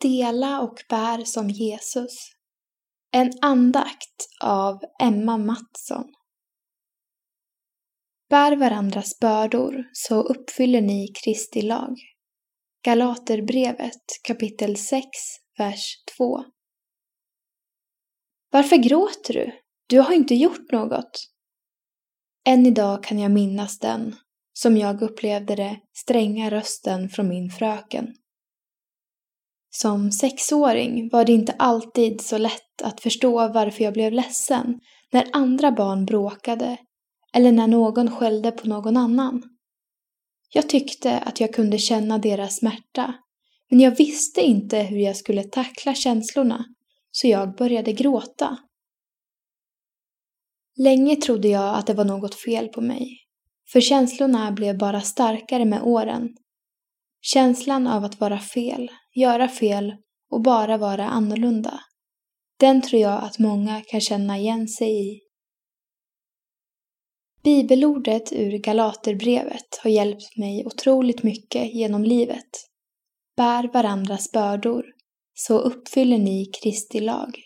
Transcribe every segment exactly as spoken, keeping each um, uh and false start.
Dela och bär som Jesus. En andakt av Emma Mattsson. Bär varandras bördor så uppfyller ni Kristi lag. Galaterbrevet kapitel sex, vers två. Varför gråter du? Du har inte gjort något. Än idag kan jag minnas den, som jag upplevde det, stränga rösten från min fröken. Som sexåring var det inte alltid så lätt att förstå varför jag blev ledsen när andra barn bråkade eller när någon skällde på någon annan. Jag tyckte att jag kunde känna deras smärta, men jag visste inte hur jag skulle tackla känslorna, så jag började gråta. Länge trodde jag att det var något fel på mig, för känslorna blev bara starkare med åren. Känslan av att vara fel, göra fel och bara vara annorlunda. Den tror jag att många kan känna igen sig i. Bibelordet ur Galaterbrevet har hjälpt mig otroligt mycket genom livet. Bär varandras bördor, så uppfyller ni Kristi lag.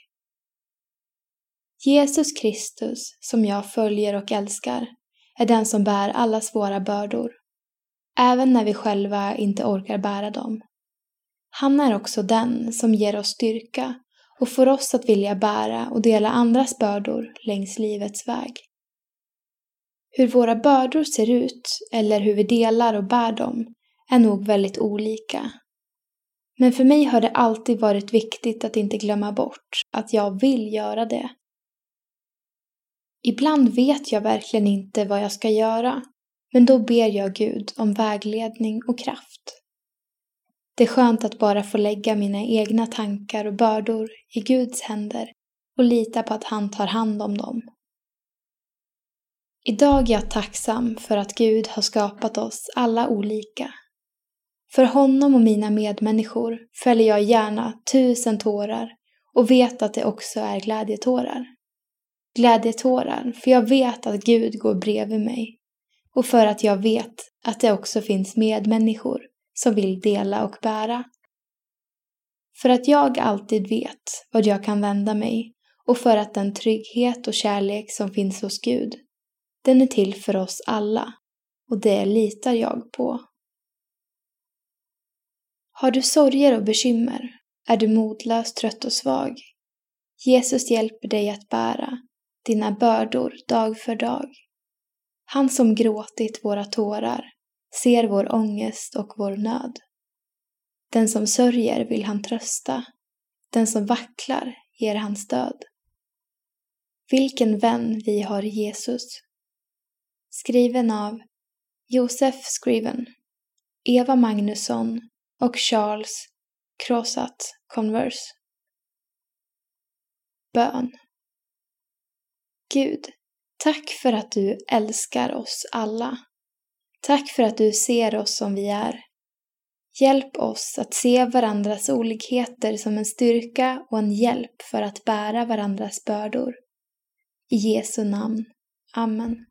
Jesus Kristus, som jag följer och älskar, är den som bär allas våra bördor, även när vi själva inte orkar bära dem. Han är också den som ger oss styrka och får oss att vilja bära och dela andras bördor längs livets väg. Hur våra bördor ser ut eller hur vi delar och bär dem är nog väldigt olika. Men för mig har det alltid varit viktigt att inte glömma bort att jag vill göra det. Ibland vet jag verkligen inte vad jag ska göra, men då ber jag Gud om vägledning och kraft. Det är skönt att bara få lägga mina egna tankar och bördor i Guds händer och lita på att han tar hand om dem. Idag är jag tacksam för att Gud har skapat oss alla olika. För honom och mina medmänniskor fäller jag gärna tusen tårar och vet att det också är glädjetårar. Glädjetårar för jag vet att Gud går bredvid mig och för att jag vet att det också finns medmänniskor som vill dela och bära. För att jag alltid vet vad jag kan vända mig och för att den trygghet och kärlek som finns hos Gud, den är till för oss alla och det litar jag på. Har du sorger och bekymmer? Är du modlös, trött och svag? Jesus hjälper dig att bära dina bördor dag för dag. Han som gråtit våra tårar ser vår ångest och vår nöd. Den som sörjer vill han trösta. Den som vacklar ger han stöd. Vilken vän vi har i Jesus. Skriven av Josef Scriven, Eva Magnusson och Charles Crossat Converse. Bön. Gud, tack för att du älskar oss alla. Tack för att du ser oss som vi är. Hjälp oss att se varandras olikheter som en styrka och en hjälp för att bära varandras bördor. I Jesu namn. Amen.